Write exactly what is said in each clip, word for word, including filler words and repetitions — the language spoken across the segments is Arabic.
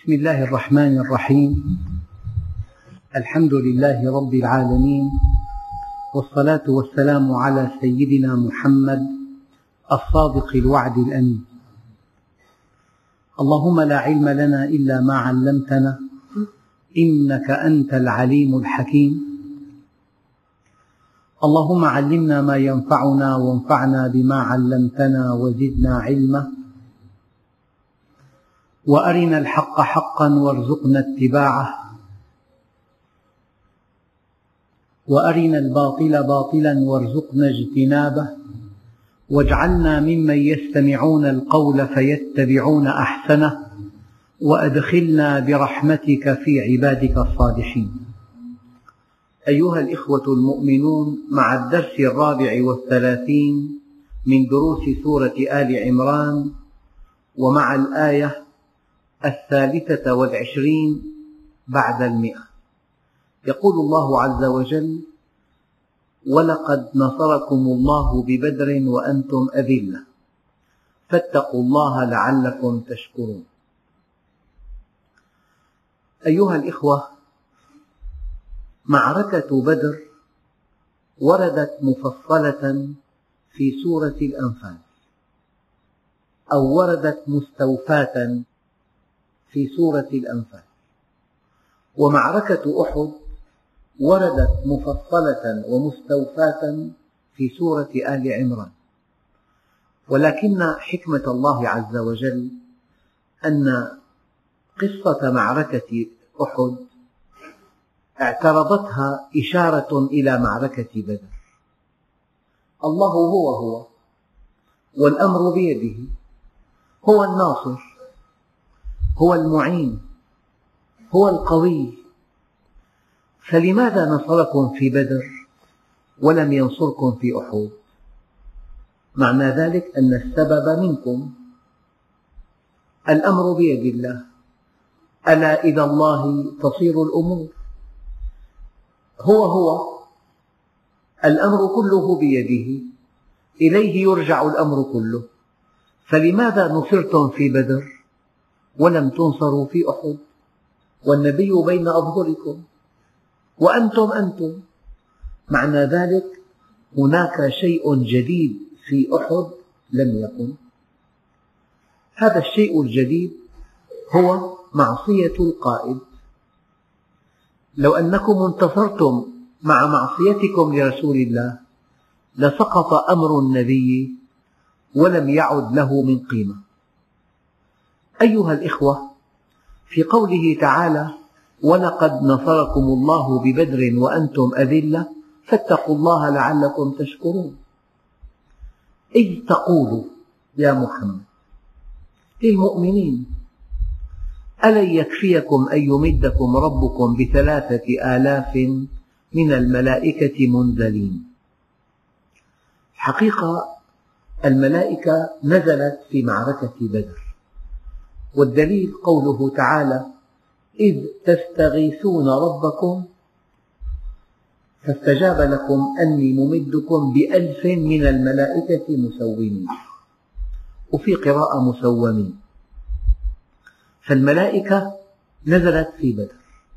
بسم الله الرحمن الرحيم. الحمد لله رب العالمين، والصلاة والسلام على سيدنا محمد الصادق الوعد الأمين. اللهم لا علم لنا إلا ما علمتنا إنك أنت العليم الحكيم. اللهم علمنا ما ينفعنا وانفعنا بما علمتنا وزدنا علما، وأرنا الحق حقا وارزقنا اتباعه، وأرنا الباطل باطلا وارزقنا اجتنابه، واجعلنا ممن يستمعون القول فيتبعون أحسنه، وأدخلنا برحمتك في عبادك الصالحين. أيها الإخوة المؤمنون، مع الدرس الرابع والثلاثين من دروس سورة آل عمران، ومع الآية الثالثة والعشرين بعد المئة، يقول الله عز وجل: ولقد نصركم الله ببدر وأنتم أذلة فاتقوا الله لعلكم تشكرون. أيها الإخوة، معركة بدر وردت مفصلة في سورة الأنفال، أو وردت مستوفاة في سورة الأنفال، ومعركة أحد وردت مفصلة ومستوفاة في سورة آل عمران. ولكن حكمة الله عز وجل أن قصة معركة أحد اعترضتها إشارة إلى معركة بدر. الله هو هو، والأمر بيده، هو الناصر، هو المعين، هو القوي، فلماذا نصركم في بدر ولم ينصركم في أحد؟ معنى ذلك أن السبب منكم، الأمر بيد الله، ألا إلى الله تصير الأمور. هو هو، الأمر كله بيده، إليه يرجع الأمر كله، فلماذا نصرتم في بدر ولم تنصروا في أحد؟ والنبي بين أظهركم وأنتم أنتم. معنى ذلك هناك شيء جديد في أحد لم يكن. هذا الشيء الجديد هو معصية القائد. لو أنكم انتصرتم مع معصيتكم لرسول الله لسقط أمر النبي ولم يعد له من قيمة. أيها الإخوة، في قوله تعالى: ولقد نصركم الله ببدر وأنتم أذلة فاتقوا الله لعلكم تشكرون، إذ تقول يا محمد للمؤمنين: ألن يكفيكم أن يمدكم ربكم بثلاثة آلاف من الملائكة منزلين. حقيقة الملائكة نزلت في معركة بدر، والدليل قوله تعالى: إذ تستغيثون ربكم فاستجاب لكم أني ممدكم بألف من الملائكة مسومين، وفي قراءة مسومين. فالملائكة نزلت في بدر.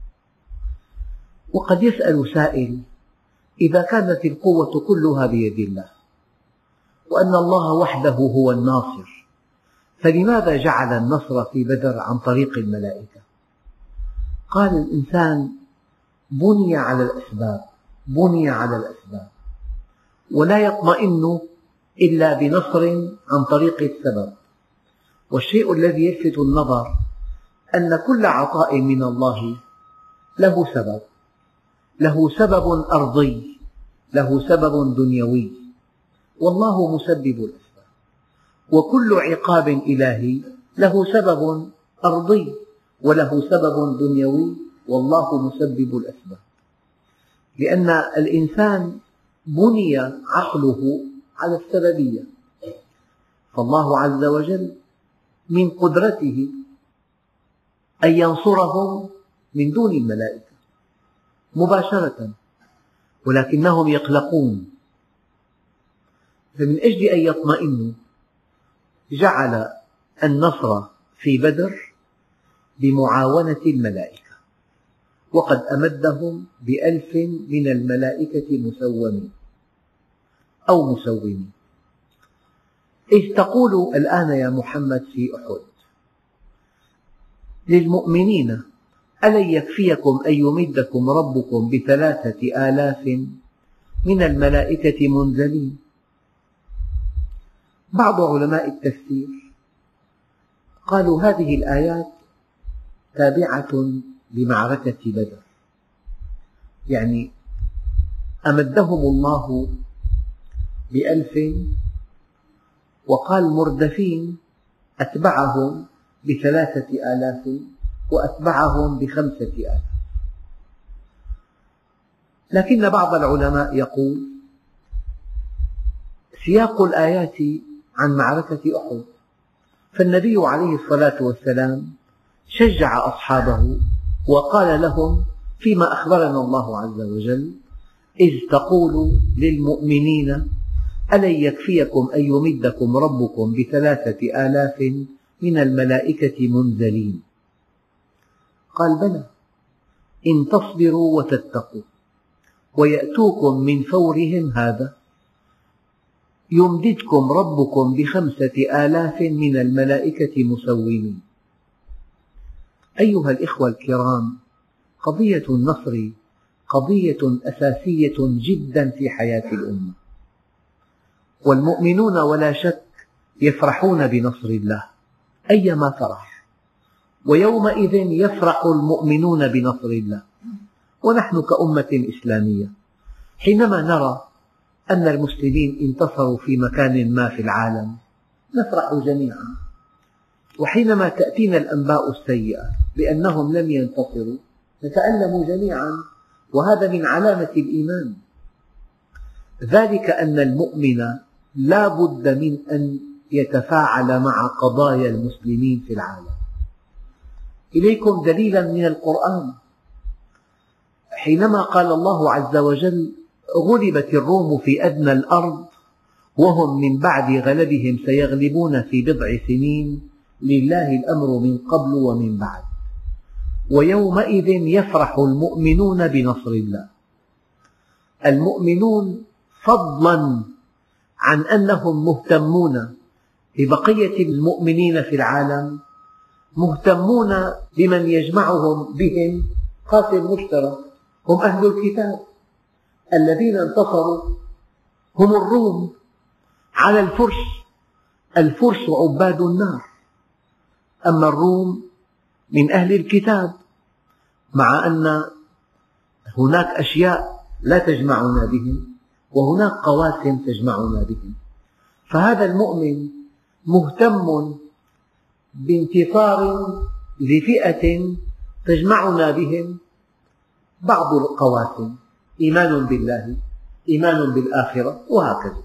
وقد يسأل سائل: إذا كانت القوة كلها بيد الله وأن الله وحده هو الناصر، فلماذا جعل النصر في بدر عن طريق الملائكة؟ قال: الإنسان بني على الأسباب، بني على الأسباب، ولا يطمئن إلا بنصر عن طريق السبب. والشيء الذي يلفت النظر أن كل عطاء من الله له سبب، له سبب أرضي، له سبب دنيوي، والله مسبب الأسباب. وكل عقاب إلهي له سبب أرضي وله سبب دنيوي، والله مسبب الأسباب. لأن الإنسان بني عقله على السببية، فالله عز وجل من قدرته أن ينصرهم من دون الملائكة مباشرة، ولكنهم يقلقون، فمن أجل أن يطمئنوا جعل النصر في بدر بمعاونة الملائكة، وقد أمدهم بألف من الملائكة مسومين أو مسومين. إذ تقول الآن يا محمد في أحد للمؤمنين ألن يكفيكم أن يمدكم ربكم بثلاثة آلاف من الملائكة منزلين. بعض علماء التفسير قالوا هذه الآيات تابعة لمعركة بدر، يعني أمدهم الله بألف، وقال مردفين أتبعهم بثلاثة آلاف وأتبعهم بخمسة آلاف. لكن بعض العلماء يقول سياق الآيات عن معركة أحد، فالنبي عليه الصلاة والسلام شجع أصحابه وقال لهم فيما أخبرنا الله عز وجل: إذ تقول للمؤمنين ألن يكفيكم أن يمدكم ربكم بثلاثة آلاف من الملائكة منزلين. قال: بلى، إن تصبروا وتتقوا ويأتوكم من فورهم هذا يمددكم ربكم بخمسة آلاف من الملائكة مسومين. أيها الإخوة الكرام، قضية النصر قضية أساسية جدا في حياة الأمة، والمؤمنون ولا شك يفرحون بنصر الله أيما فرح، ويومئذ يفرح المؤمنون بنصر الله. ونحن كأمة إسلامية حينما نرى أن المسلمين انتصروا في مكان ما في العالم نفرح جميعا، وحينما تأتينا الأنباء السيئة بأنهم لم ينتصروا نتألم جميعا، وهذا من علامة الإيمان. ذلك أن المؤمن لا بد من أن يتفاعل مع قضايا المسلمين في العالم. إليكم دليلا من القرآن، حينما قال الله عز وجل: غلبت الروم في أدنى الأرض وهم من بعد غلبهم سيغلبون في بضع سنين لله الأمر من قبل ومن بعد ويومئذ يفرح المؤمنون بنصر الله. المؤمنون فضلا عن أنهم مهتمون ببقية المؤمنين في العالم مهتمون بمن يجمعهم بهم قاسم مشترك، هم أهل الكتاب. الذين انتصروا هم الروم على الفرس، الفرس عباد النار، أما الروم من أهل الكتاب، مع أن هناك أشياء لا تجمعنا بهم وهناك قواسم تجمعنا بهم. فهذا المؤمن مهتم بانتصار لفئة تجمعنا بهم بعض القواسم، إيمان بالله، إيمان بالآخرة، وهكذا.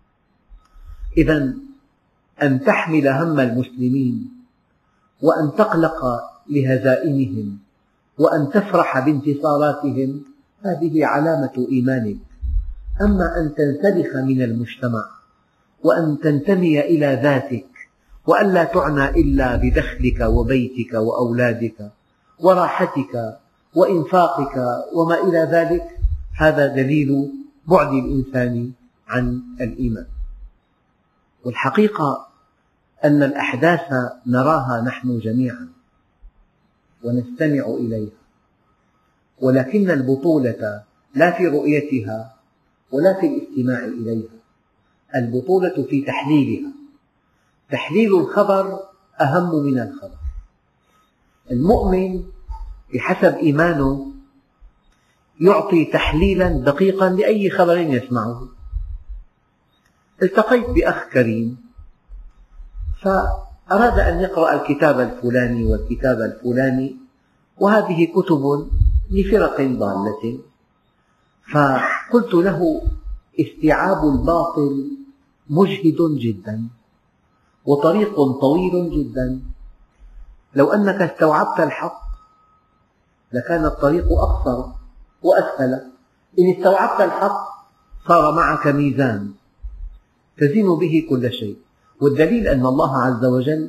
إذن أن تحمل هم المسلمين وأن تقلق لهزائمهم وأن تفرح بانتصاراتهم هذه علامة إيمانك. أما أن تنسلخ من المجتمع وأن تنتمي إلى ذاتك وأن لا تعنى إلا بدخلك وبيتك وأولادك وراحتك وإنفاقك وما إلى ذلك، هذا دليل بعد الإنسان عن الإيمان. والحقيقة أن الأحداث نراها نحن جميعا ونستمع إليها، ولكن البطولة لا في رؤيتها ولا في الاستماع إليها، البطولة في تحليلها. تحليل الخبر أهم من الخبر. المؤمن بحسب إيمانه يعطي تحليلا دقيقا لأي خبر يسمعه. التقيت بأخ كريم فأراد أن يقرأ الكتاب الفلاني والكتاب الفلاني، وهذه كتب لفرق ضالة، فقلت له: استيعاب الباطل مجهد جدا وطريق طويل جدا، لو أنك استوعبت الحق لكان الطريق أقصر وأسهل. إن استوعبت الحق صار معك ميزان تزن به كل شيء، والدليل أن الله عز وجل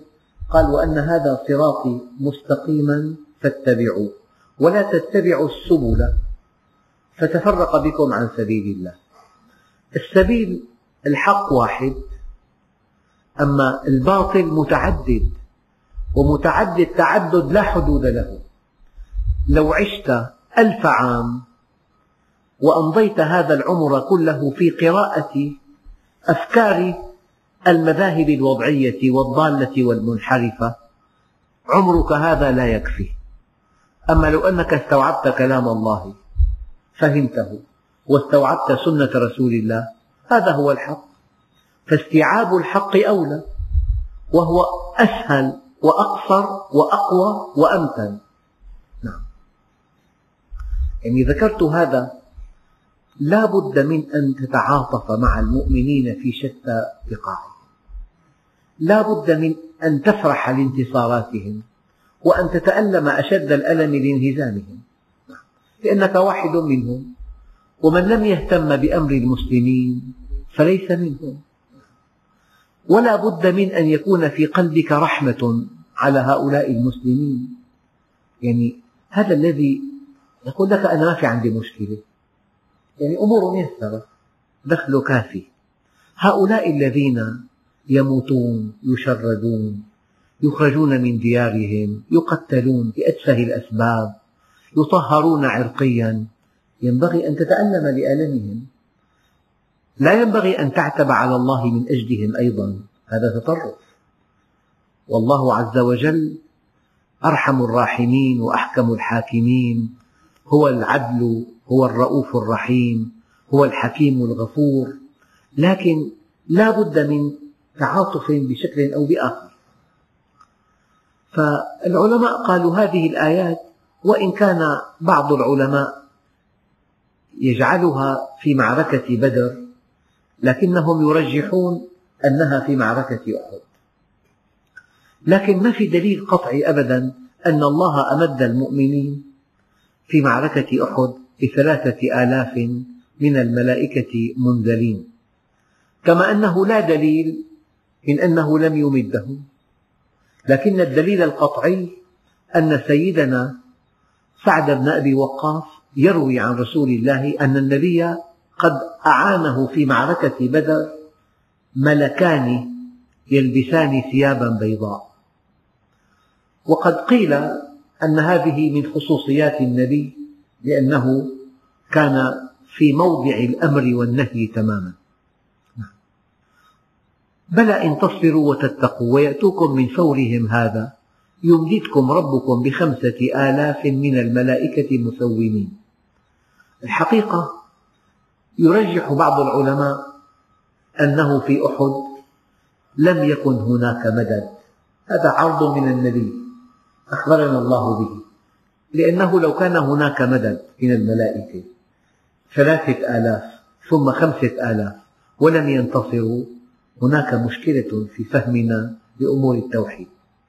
قال وأن هذا صراطي مستقيما فاتبعوه ولا تتبعوا السبل فتفرق بكم عن سبيل الله. السبيل الحق واحد، أما الباطل متعدد، ومتعدد تعدد لا حدود له. لو عشت ألف عام وأمضيت هذا العمر كله في قراءة أفكار المذاهب الوضعية والضالة والمنحرفة، عمرك هذا لا يكفي. أما لو أنك استوعبت كلام الله فهمته واستوعبت سنة رسول الله، هذا هو الحق. فاستيعاب الحق أولى، وهو أسهل وأقصر وأقوى وأمتن. نعم، يعني ذكرت هذا لا بد من أن تتعاطف مع المؤمنين في شتى بقاعهم، لا بد من أن تفرح لانتصاراتهم وأن تتألم أشد الألم لانهزامهم، لأنك واحد منهم، ومن لم يهتم بأمر المسلمين فليس منهم. ولا بد من أن يكون في قلبك رحمة على هؤلاء المسلمين. يعني هذا الذي يقول لك أنا ما في عندي مشكلة، يعني أمور ميسرة، دخل كافي. هؤلاء الذين يموتون، يشردون، يخرجون من ديارهم، يقتلون بأتفه الأسباب، يطهرون عرقيا، ينبغي أن تتألم لألمهم، لا ينبغي أن تعتب على الله من أجلهم أيضا، هذا تطرف. والله عز وجل أرحم الراحمين وأحكم الحاكمين، هو العدل، هو الرؤوف الرحيم، هو الحكيم الغفور، لكن لا بد من تعاطف بشكل أو بآخر. فالعلماء قالوا هذه الآيات، وإن كان بعض العلماء يجعلها في معركة بدر، لكنهم يرجحون أنها في معركة أحد. لكن ما في دليل قطعي أبدا أن الله أمد المؤمنين في معركة أحد بثلاثة آلاف من الملائكة منزلين، كما أنه لا دليل من أنه لم يمدهم. لكن الدليل القطعي أن سيدنا سعد بن أبي وقاص يروي عن رسول الله أن النبي قد أعانه في معركة بدر ملكان يلبسان ثيابا بيضاء. وقد قيل أن هذه من خصوصيات النبي، لأنه كان في موضع الأمر والنهي تماما. بلى إن تصبروا وتتقوا ويأتوكم من فورهم هذا يمددكم ربكم بخمسة آلاف من الملائكة مسومين. الحقيقة يرجح بعض العلماء أنه في أحد لم يكن هناك مدد، هذا عرض من النبي أخبرنا الله به، لأنه لو كان هناك مدد من الملائكة ثلاثة آلاف ثم خمسة آلاف ولم ينتصروا، هناك مشكلة في فهمنا لأمور التوحيد.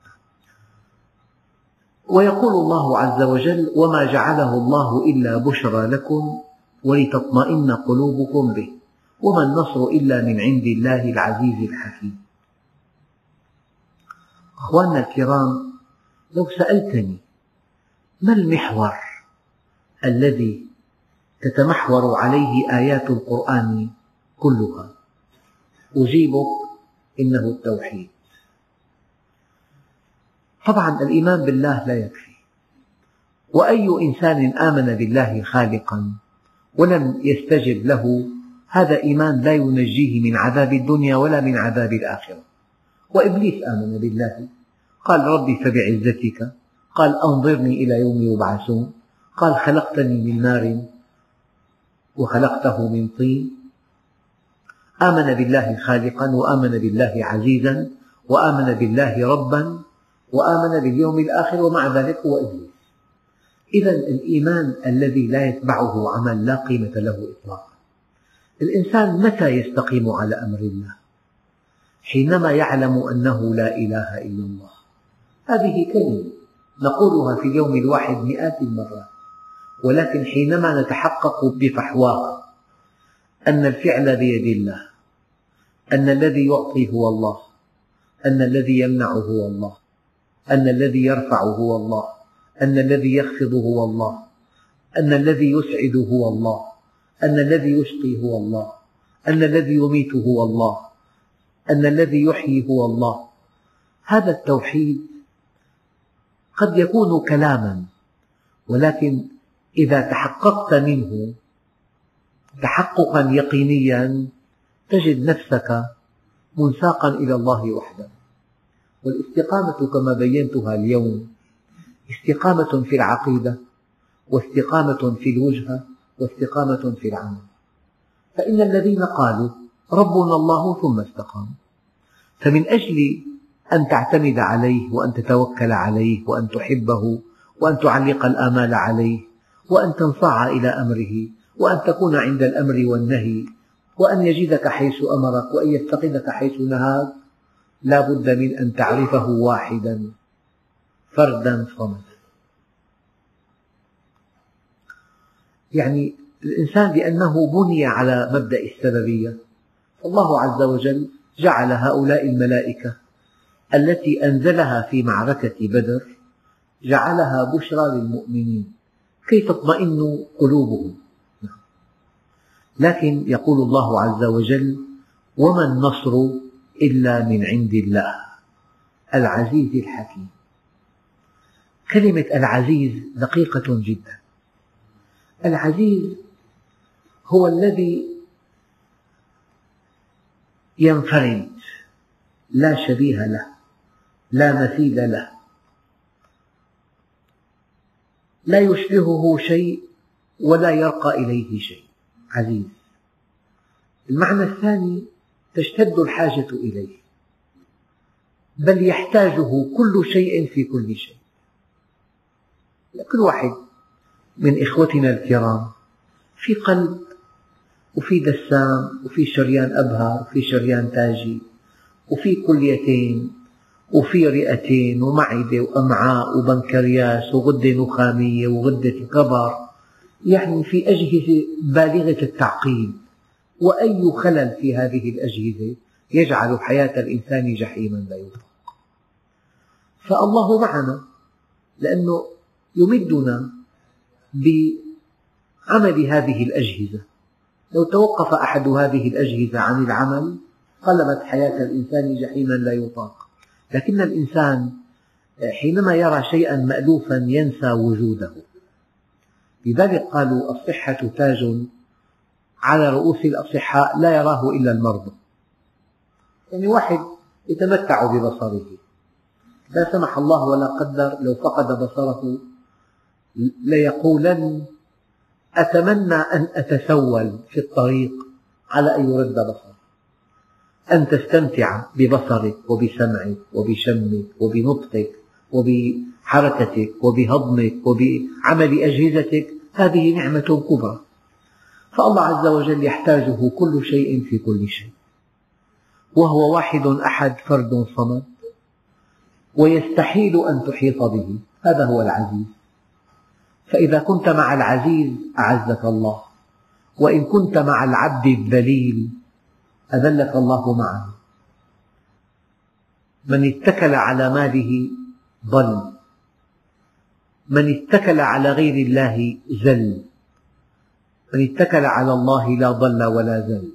ويقول الله عز وجل: وما جعله الله إلا بشرى لكم ولتطمئن قلوبكم به وما النصر إلا من عند الله العزيز الحكيم. أخواننا الكرام، لو سألتني ما المحور الذي تتمحور عليه آيات القرآن كلها، أجيبك إنه التوحيد. طبعا الإيمان بالله لا يكفي، وأي إنسان آمن بالله خالقا ولم يستجب له، هذا إيمان لا ينجيه من عذاب الدنيا ولا من عذاب الآخرة. وإبليس آمن بالله، قال ربي فبعزتك، قال أنظرني إلى يوم يبعثون، قال خلقتني من نار وخلقته من طين. آمن بالله خالقا، وآمن بالله عزيزا، وآمن بالله ربا، وآمن باليوم الآخر، ومع ذلك هو إبليس. إذا الإيمان الذي لا يتبعه عمل لا قيمة له إطلاقا. الإنسان متى يستقيم على أمر الله؟ حينما يعلم أنه لا إله إلا الله. هذه كلمة نقولها في اليوم الواحد مئات المرات، ولكن حينما نتحقق بفحواها أن الفعل بيد الله، أن الذي يعطي هو الله، أن الذي يمنع هو الله، أن الذي يرفع هو الله، أن الذي يخفض هو الله، أن الذي يسعد هو الله، أن الذي يشقي هو الله، أن الذي يميت هو الله، أن الذي يحيي هو الله. هذا التوحيد قد يكون كلاما، ولكن إذا تحققت منه تحققا يقينيا تجد نفسك منساقا إلى الله وحده. والاستقامة كما بينتها اليوم استقامة في العقيدة، واستقامة في الوجهة، واستقامة في العمل. فإن الذين قالوا ربنا الله ثم استقاموا، فمن أجل أن تعتمد عليه وأن تتوكل عليه وأن تحبه وأن تعلق الآمال عليه وأن تنصاع إلى أمره وأن تكون عند الأمر والنهي وأن يجدك حيث أمرك وأن يفتقدك حيث نهاك، لا بد من أن تعرفه واحدا فردا صمدا. يعني الإنسان لأنه بني على مبدأ السببية، فالله عز وجل جعل هؤلاء الملائكة التي أنزلها في معركة بدر جعلها بشرى للمؤمنين كي تطمئن قلوبهم. لكن يقول الله عز وجل: وما النصر إلا من عند الله العزيز الحكيم. كلمة العزيز دقيقة جدا. العزيز هو الذي ينفرد، لا شبيه له، لا مثيل له، لا يشبهه شيء ولا يرقى إليه شيء، عزيز. المعنى الثاني: تشتد الحاجة إليه، بل يحتاجه كل شيء في كل شيء. كل واحد من إخوتنا الكرام في قلب وفي دسام وفي شريان أبهر وفي شريان تاجي وفي كليتين وفي رئتين ومعدة وأمعاء وبنكرياس وغدة نخامية وغدة كبر، يعني في أجهزة بالغة التعقيد، وأي خلل في هذه الأجهزة يجعل حياة الإنسان جحيما لا يطاق. فالله معنا لأنه يمدنا بعمل هذه الأجهزة. لو توقف أحد هذه الأجهزة عن العمل قلبت حياة الإنسان جحيما لا يطاق. لكن الإنسان حينما يرى شيئا مألوفا ينسى وجوده. لذلك قالوا: الصحة تاج على رؤوس الأصحاء لا يراه إلا المرضى. يعني واحد يتمتع ببصره، لا سمح الله ولا قدر لو فقد بصره ليقولن: أتمنى أن أتسول في الطريق على أن يرد بصري. أن تستمتع ببصرك وبسمعك وبشمك وبنطقك وبحركتك وبهضمك وبعمل أجهزتك، هذه نعمة كبرى. فالله عز وجل يحتاجه كل شيء في كل شيء، وهو واحد أحد فرد صمد، ويستحيل أن تحيط به. هذا هو العزيز. فإذا كنت مع العزيز أعزك الله، وإن كنت مع العبد الذليل أذلك الله معه. من اتكل على ماله ضل، من اتكل على غير الله زل، من اتكل على الله لا ضل ولا زل.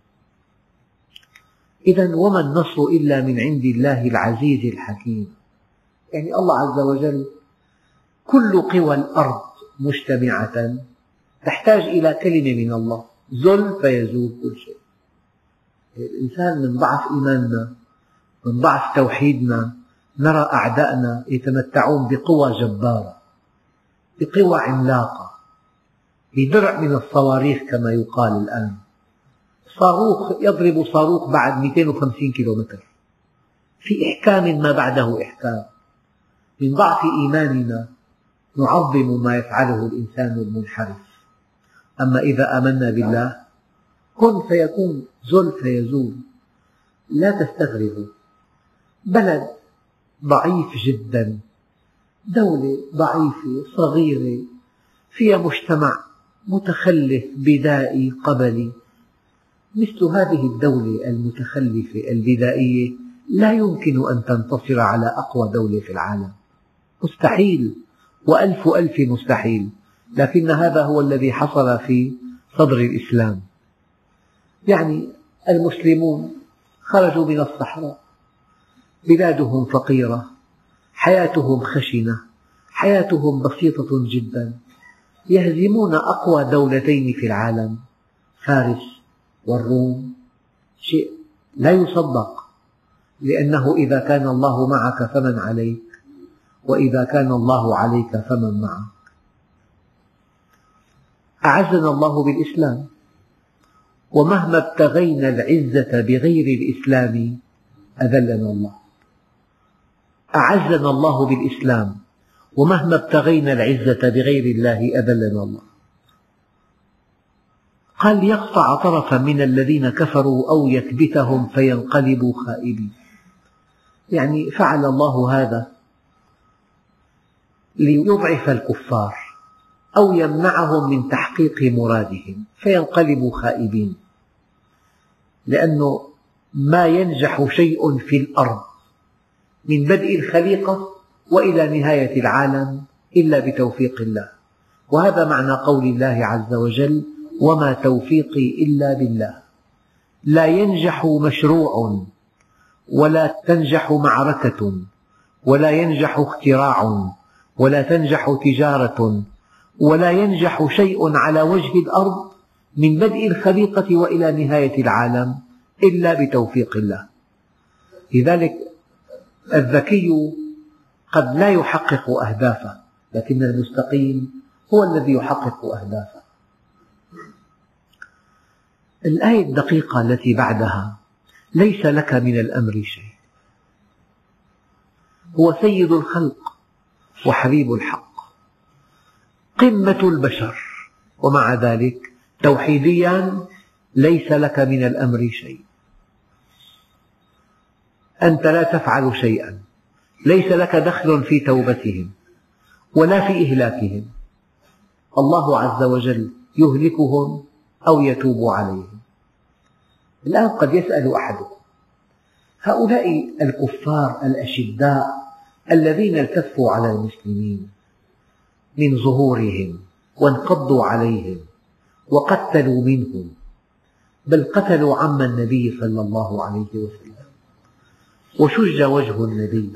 إذن وما النصر إلا من عند الله العزيز الحكيم. يعني الله عز وجل كل قوى الأرض مجتمعة تحتاج إلى كلمة من الله، زل فيزول كل شيء. الإنسان من ضعف إيماننا، من ضعف توحيدنا، نرى أعداءنا يتمتعون بقوى جبارة، بقوى عملاقة، بدرع من الصواريخ كما يقال الآن. صاروخ يضرب صاروخ بعد مئتين وخمسين كيلومتر، في إحكام ما بعده إحكام. من ضعف إيماننا نعظم ما يفعله الإنسان المنحرف. أما إذا آمنا بالله كن فيكون، زل فيزول. لا تستغربوا، بلد ضعيف جدا، دولة ضعيفة صغيرة فيها مجتمع متخلف بدائي قبلي، مثل هذه الدولة المتخلفة البدائية لا يمكن أن تنتصر على أقوى دولة في العالم، مستحيل، وألف ألف مستحيل، لكن هذا هو الذي حصل في صدر الإسلام. يعني المسلمون خرجوا من الصحراء، بلادهم فقيرة، حياتهم خشنة، حياتهم بسيطة جدا، يهزمون أقوى دولتين في العالم، فارس والروم، شيء لا يصدق، لأنه إذا كان الله معك فمن عليك، وإذا كان الله عليك فمن معك. أعزنا الله بالإسلام، ومهما ابتغينا العزة بغير الإسلام أذلنا الله. أعزنا الله بالإسلام، ومهما ابتغينا العزة بغير الله أذلنا الله. قال ليقطع طرفا من الذين كفروا أو يكبتهم فينقلبوا خائبين. يعني فعل الله هذا ليضعف الكفار أو يمنعهم من تحقيق مرادهم فينقلبوا خائبين، لأنه ما ينجح شيء في الأرض من بدء الخليقة وإلى نهاية العالم إلا بتوفيق الله، وهذا معنى قول الله عز وجل: وما توفيقي إلا بالله. لا ينجح مشروع، ولا تنجح معركة، ولا ينجح اختراع، ولا تنجح تجارة، ولا ينجح شيء على وجه الأرض من بدء الخليقة وإلى نهاية العالم إلا بتوفيق الله. لذلك الذكي قد لا يحقق أهدافه، لكن المستقيم هو الذي يحقق أهدافه. الآية الدقيقة التي بعدها: ليس لك من الأمر شيء. هو سيد الخلق وحبيب الحق، قمة البشر، ومع ذلك توحيديا ليس لك من الأمر شيء. أنت لا تفعل شيئا، ليس لك دخل في توبتهم ولا في إهلاكهم، الله عز وجل يهلكهم أو يتوب عليهم. الآن قد يسأل أحدكم: هؤلاء الكفار الأشداء الذين التفوا على المسلمين من ظهورهم وانقضوا عليهم وقتلوا منهم، بل قتلوا عم النبي صلى الله عليه وسلم، وشج وجه النبي،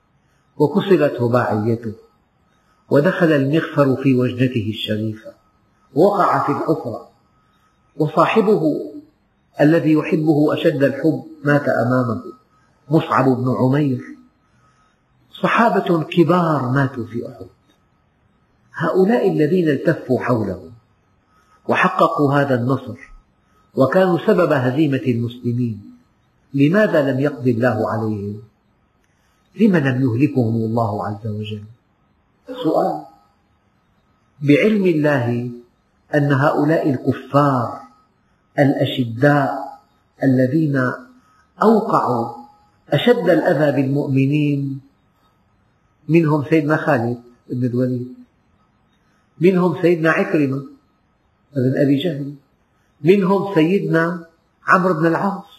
وكسرت رباعيته، ودخل المغفر في وجنته الشريفة، ووقع في الحفرة، وصاحبه الذي يحبه أشد الحب مات أمامه، مصعب بن عمير، صحابة كبار ماتوا في أحد. هؤلاء الذين التفوا حولهم وحققوا هذا النصر وكانوا سبب هزيمة المسلمين، لماذا لم يقضي الله عليهم؟ لم لم يهلكهم الله عز وجل؟ سؤال. بعلم الله أن هؤلاء الكفار الأشداء الذين أوقعوا أشد الأذى بالمؤمنين، منهم سيدنا خالد بن الوليد، منهم سيدنا عكرمة بن أبي جهل، منهم سيدنا عمرو بن العاص،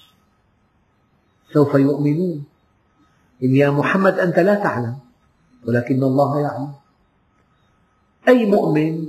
سوف يؤمنون. إن يا محمد أنت لا تعلم ولكن الله يعلم. أي مؤمن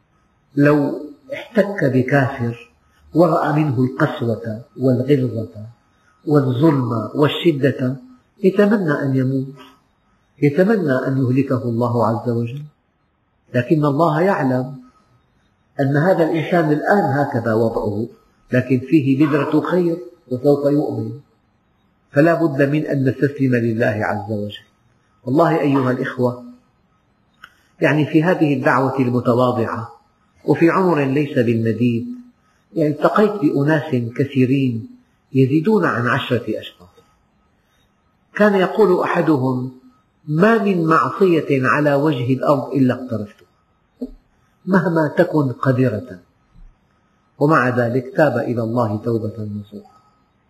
لو احتك بكافر ورأى منه القسوة والغلظة والظلم والشدة يتمنى أن يموت، يتمنى أن يهلكه الله عز وجل، لكن الله يعلم أن هذا الإنسان الآن هكذا وضعه، لكن فيه بذرة خير وسوف يؤمن، فلا بد من أن نستسلم لله عز وجل. والله أيها الإخوة، يعني في هذه الدعوة المتواضعة وفي عمر ليس بالمديد، يعني التقيت بأناس كثيرين يزيدون عن عشرة أشخاص. كان يقول أحدهم: ما من معصية على وجه الأرض إلا اقترفتها مهما تكن قذرة، ومع ذلك تاب إلى الله توبة نصوحا.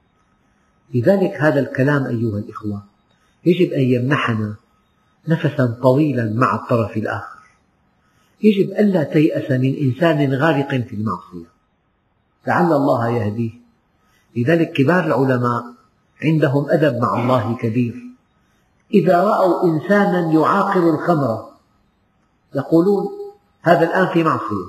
لذلك هذا الكلام أيها الإخوة يجب أن يمنحنا نفسا طويلا مع الطرف الآخر. يجب ألا تيأس من إنسان غارق في المعصية، لعل الله يهديه. لذلك كبار العلماء عندهم أدب مع الله كبير. إذا رأوا إنسانا يعاقر الخمر يقولون هذا الآن في معصية،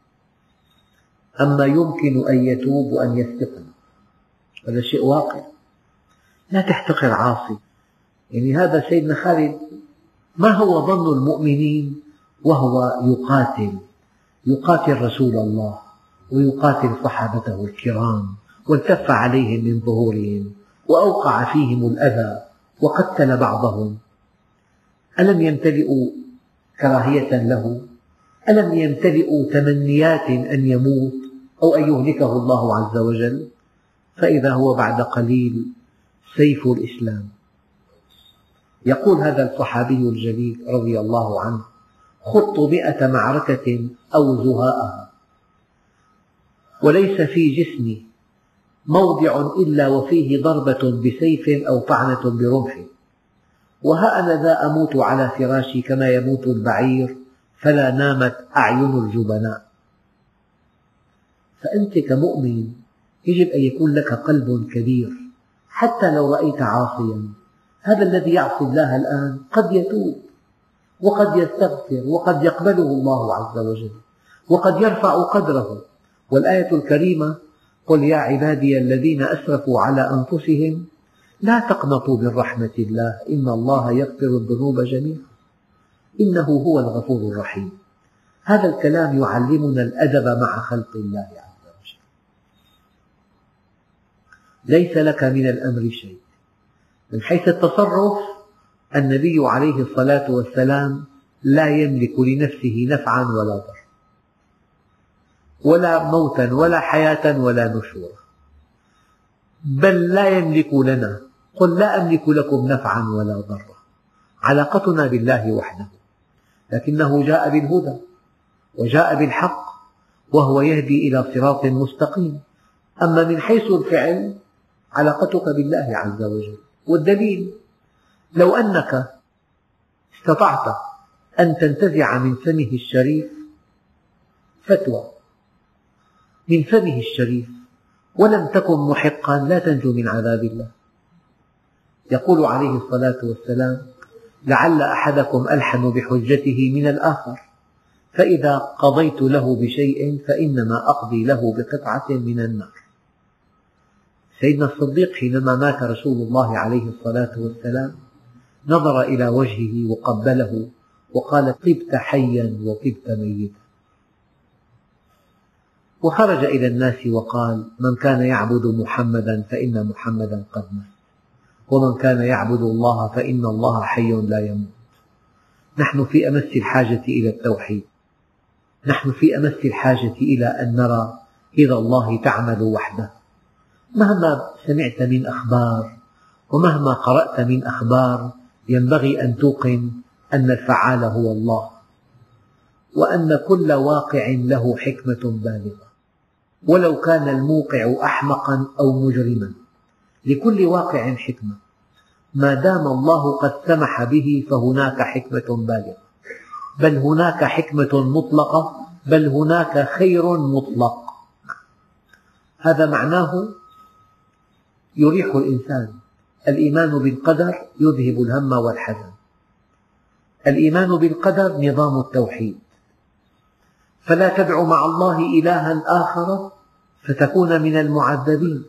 أما يمكن أن يتوب وأن يستقم، هذا شيء واقع. لا تحتقر عاصي. يعني هذا سيدنا خالد ما هو ظن المؤمنين وهو يقاتل يقاتل رسول الله ويقاتل صحابته الكرام، والتف عليهم من ظهورهم وأوقع فيهم الأذى وقتل بعضهم. ألم يمتلئوا كراهية له؟ ألم يمتلئوا تمنيات أن يموت أو أن يهلكه الله عز وجل؟ فإذا هو بعد قليل سيف الإسلام. يقول هذا الصحابي الجليل رضي الله عنه: خضت مئة معركة أو زهاءها، وليس في جسمي موضع إلا وفيه ضربة بسيف أو طعنة برمح، وها أنا ذا أموت على فراشي كما يموت البعير، فلا نامت أعين الجبناء. فأنت كمؤمن يجب أن يكون لك قلب كبير، حتى لو رأيت عاصيا. هذا الذي يعصي الله الآن قد يتوب وقد يستغفر وقد يقبله الله عز وجل وقد يرفع قدره. والآية الكريمة: قل يا عبادي الذين أسرفوا على أنفسهم لا تقنطوا من رحمة الله إن الله يغفر الذنوب جميعا إنه هو الغفور الرحيم. هذا الكلام يعلمنا الأدب مع خلق الله عز وجل. ليس لك من الأمر شيء. من حيث التصرف النبي عليه الصلاة والسلام لا يملك لنفسه نفعا ولا ضرا، ولا موتا ولا حياة ولا نشورا، بل لا يملك لنا. قل لا أملك لكم نفعا ولا ضرا. علاقتنا بالله وحده، لكنه جاء بالهدى وجاء بالحق وهو يهدي إلى صراط مستقيم. أما من حيث الفعل علاقتك بالله عز وجل. والدليل: لو أنك استطعت أن تنتزع من فمه الشريف فتوى من فمه الشريف ولم تكن محقا لا تنجو من عذاب الله. يقول عليه الصلاة والسلام: لعل أحدكم ألحن بحجته من الآخر، فإذا قضيت له بشيء فإنما أقضي له بقطعة من النار. سيدنا الصديق حينما مات رسول الله عليه الصلاة والسلام نظر إلى وجهه وقبله وقال: طبت حيا وطبت ميتا. وخرج إلى الناس وقال: من كان يعبد محمدا فإن محمدا قد مات، ومن كان يعبد الله فإن الله حي لا يموت. نحن في أمس الحاجة إلى التوحيد، نحن في أمس الحاجة إلى أن نرى إلى الله تعمل وحده. مهما سمعت من أخبار ومهما قرأت من أخبار ينبغي أن توقن أن الفعال هو الله، وأن كل واقع له حكمة بالغة، ولو كان الموقع أحمقا أو مجرما لكل واقع حكمة. ما دام الله قد سمح به فهناك حكمة بالغة، بل هناك حكمة مطلقة، بل هناك خير مطلق. هذا معناه يريح الإنسان. الإيمان بالقدر يذهب الهم والحزن. الإيمان بالقدر نظام التوحيد. فلا تدع مع الله إلها آخر فتكون من المعذبين.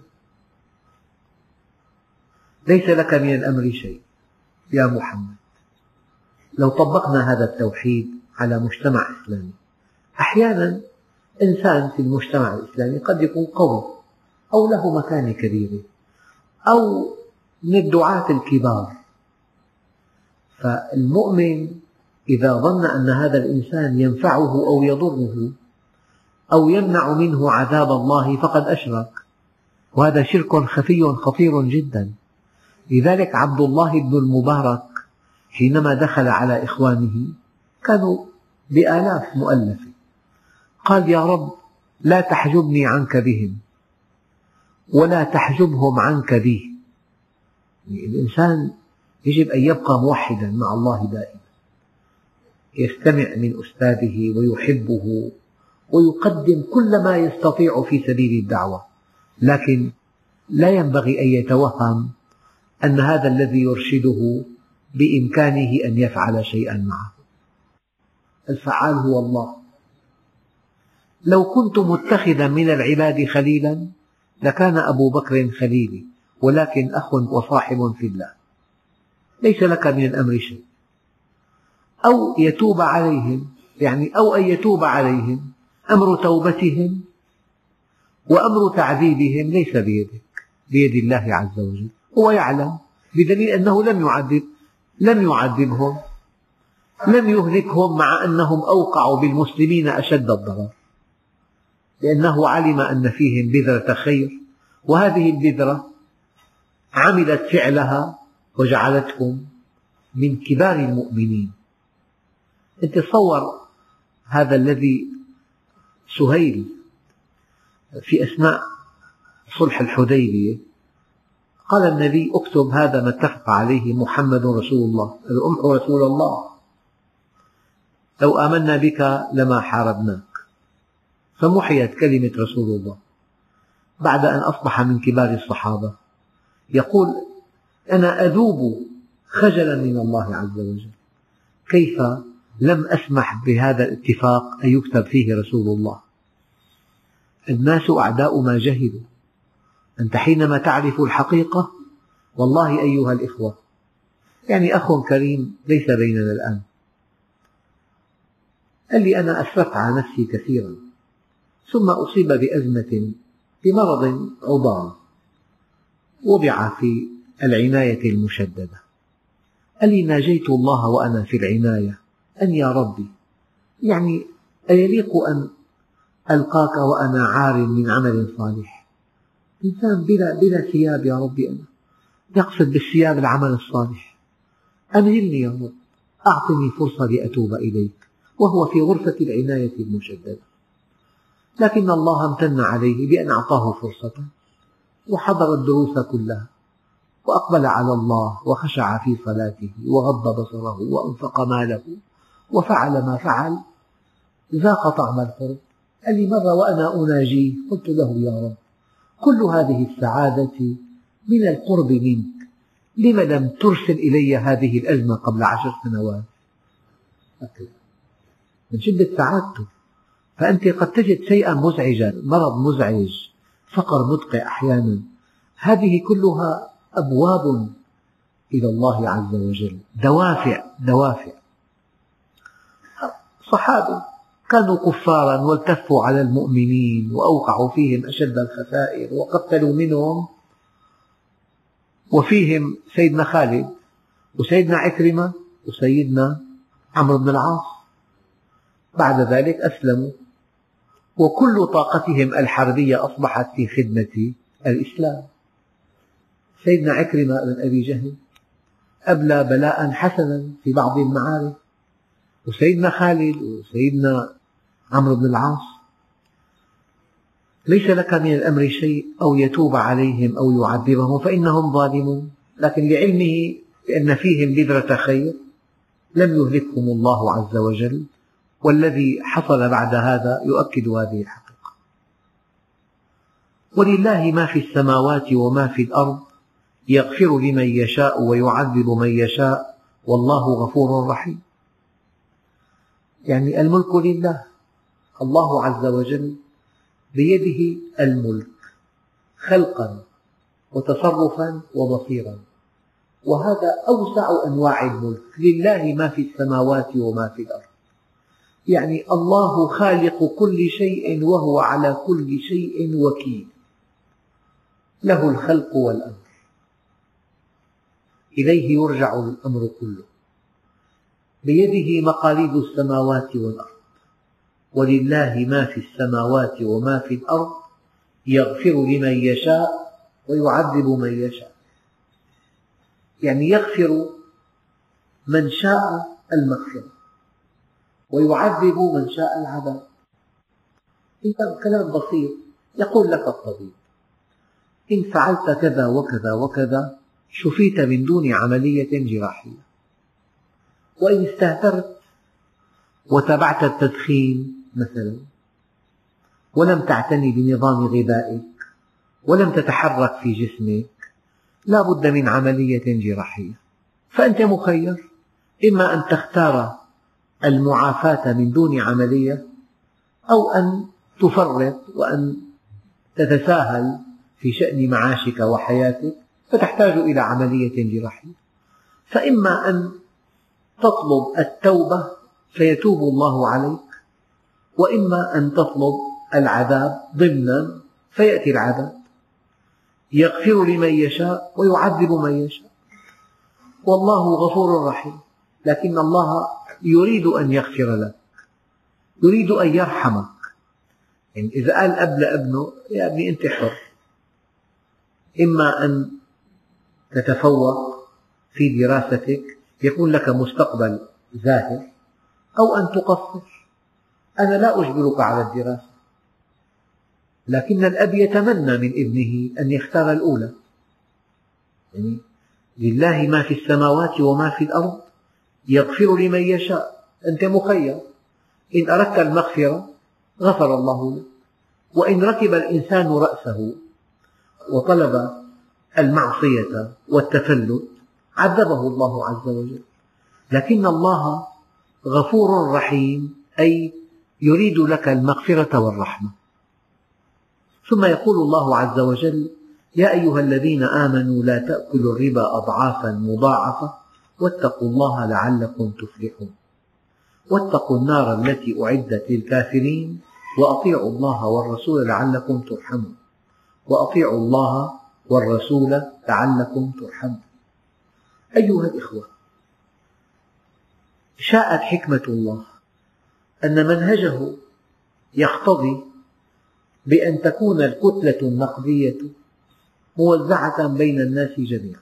ليس لك من الأمر شيء يا محمد. لو طبقنا هذا التوحيد على مجتمع إسلامي، أحيانا إنسان في المجتمع الإسلامي قد يكون قوي أو له مكانة كبيرة أو من الدعاة الكبار، فالمؤمن إذا ظن أن هذا الإنسان ينفعه أو يضره أو يمنع منه عذاب الله فقد أشرك، وهذا شرك خفي خطير جدا. لذلك عبد الله بن المبارك حينما دخل على إخوانه كانوا بآلاف مؤلفة، قال: يا رب لا تحجبني عنك بهم ولا تحجبهم عنك بي. يعني الإنسان يجب أن يبقى موحدا مع الله دائما، يستمع من أستاذه ويحبه ويقدم كل ما يستطيع في سبيل الدعوة، لكن لا ينبغي أن يتوهم أن هذا الذي يرشده بإمكانه أن يفعل شيئا معه. الفعال هو الله. لو كنت متخذا من العباد خليلا لكان أبو بكر خليلي، ولكن أخ وصاحب في الله، ليس لك من الأمر شيء. أو يتوب عليهم، يعني أو أن يتوب عليهم، أمر توبتهم وأمر تعذيبهم ليس بيدك، بيد الله عز وجل. هو يعلم، بدليل أنه لم يعذب لم يعذبهم، لم يهلكهم، مع أنهم أوقعوا بالمسلمين أشد الضرر، لأنه علم أن فيهم بذرة خير، وهذه البذرة عملت فعلها وجعلتهم من كبار المؤمنين. أنت تصور هذا الذي سهيل في أثناء صلح الحديبية قال النبي: اكتب هذا ما اتفق عليه محمد رسول الله. قال: امحو رسول الله، لو آمنا بك لما حاربناك. فمحيت كلمة رسول الله بعد أن أصبح من كبار الصحابة. يقول: أنا أذوب خجلا من الله عز وجل، كيف لم أسمح بهذا الاتفاق أن يكتب فيه رسول الله؟ الناس أعداء ما جهلوا. أنت حينما تعرف الحقيقة، والله أيها الإخوة، يعني أخ كريم ليس بيننا الآن قال لي: أنا أسرفت على نفسي كثيرا، ثم أصيب بأزمة بمرض عضال، وضع في العناية المشددة. قال لي: ناجيت الله وأنا في العناية أن يا ربي، يعني أيليق أن ألقاك وأنا عار من عمل صالح؟ إنسان بلا, بلا ثياب يا ربي، أنا يقصد بالثياب العمل الصالح. أمهلني يا رب، أعطني فرصة لأتوب إليك، وهو في غرفة العناية المشددة. لكن الله امتن عليه بأن أعطاه فرصة، وحضر الدروس كلها، وأقبل على الله، وخشع في صلاته، وغض بصره، وأنفق ماله، وفعل ما فعل، ذاق طعم القرب. قال لي: مرة وأنا أناجيه قلت له: يا رب، كل هذه السعادة من القرب منك، لم لم ترسل إلي هذه الأزمة قبل عشر سنوات؟ من شدة سعادته. فأنت قد تجد شيئا مزعجا، مرض مزعج، فقر مدقع أحيانا، هذه كلها أبواب إلى الله عز وجل، دوافع دوافع. صحابة كانوا كفارا والتفوا على المؤمنين وأوقعوا فيهم أشد الخسائر وقتلوا منهم، وفيهم سيدنا خالد وسيدنا عكرمة وسيدنا عمرو بن العاص. بعد ذلك أسلموا، وكل طاقتهم الحربية أصبحت في خدمة الإسلام. سيدنا عكرمة بن أبي جهل أبلى بلاء حسنا في بعض المعارك، وسيدنا خالد وسيدنا عمرو بن العاص. ليس لك من الأمر شيء، أو يتوب عليهم أو يعذبهم فإنهم ظالمون، لكن لعلمه بأن فيهم بذرة خير لم يهلكهم الله عز وجل. والذي حصل بعد هذا يؤكد هذه الحقيقة. ولله ما في السماوات وما في الأرض، يغفر لمن يشاء ويعذب من يشاء، والله غفور رحيم. يعني الملك لله، الله عز وجل بيده الملك خلقا وتصرفا وبصيرا، وهذا أوسع أنواع الملك. لله ما في السماوات وما في الأرض، يعني الله خالق كل شيء وهو على كل شيء وكيل، له الخلق والأمر، إليه يرجع الأمر كله، بيده مقاليد السماوات والأرض. ولله ما في السماوات وما في الأرض، يغفر لمن يشاء ويعذب من يشاء. يعني يغفر من شاء المغفرة ويعذب من شاء العذاب. كلام بسيط. يقول لك الطبيب: إن فعلت كذا وكذا وكذا شفيت من دون عملية جراحية، وإن استهترت وتبعت التدخين مثلا، ولم تعتني بنظام غذائك، ولم تتحرك في جسمك، لا بد من عملية جراحية. فأنت مخير، إما أن تختار المعافاة من دون عملية، أو أن تفرط وأن تتساهل في شأن معاشك وحياتك فتحتاج إلى عملية جراحية. فإما أن تطلب التوبة فيتوب الله عليك، وإما أن تطلب العذاب ضمنا فيأتي العذاب، يغفر لمن يشاء ويعذب من يشاء، والله غفور رحيم. لكن الله يريد أن يغفر لك، يريد أن يرحمك. يعني إذا قال أب لابنه يا ابني أنت حر، إما أن تتفوق في دراستك يكون لك مستقبل زاهر، أو أن تقصر. أنا لا أجبرك على الدراسة، لكن الأب يتمنى من ابنه أن يختار الأولى. يعني لله ما في السماوات وما في الأرض، يغفر لمن يشاء. أنت مخير، إن أردت المغفرة غفر الله لك، وإن ركب الإنسان رأسه وطلب المعصية والتفلت عذبه الله عز وجل. لكن الله غفور رحيم، أي يريد لك المغفرة والرحمة. ثم يقول الله عز وجل: يا أيها الذين آمنوا لا تأكلوا الربا أضعافا مضاعفة واتقوا الله لعلكم تفلحون، واتقوا النار التي أعدت للكافرين وأطيعوا الله والرسول لعلكم ترحمون، وأطيعوا الله والرسول لعلكم ترحمون. أيها الإخوة، شاءت حكمة الله أن منهجه يقتضي بأن تكون الكتلة النقدية موزعة بين الناس جميعا،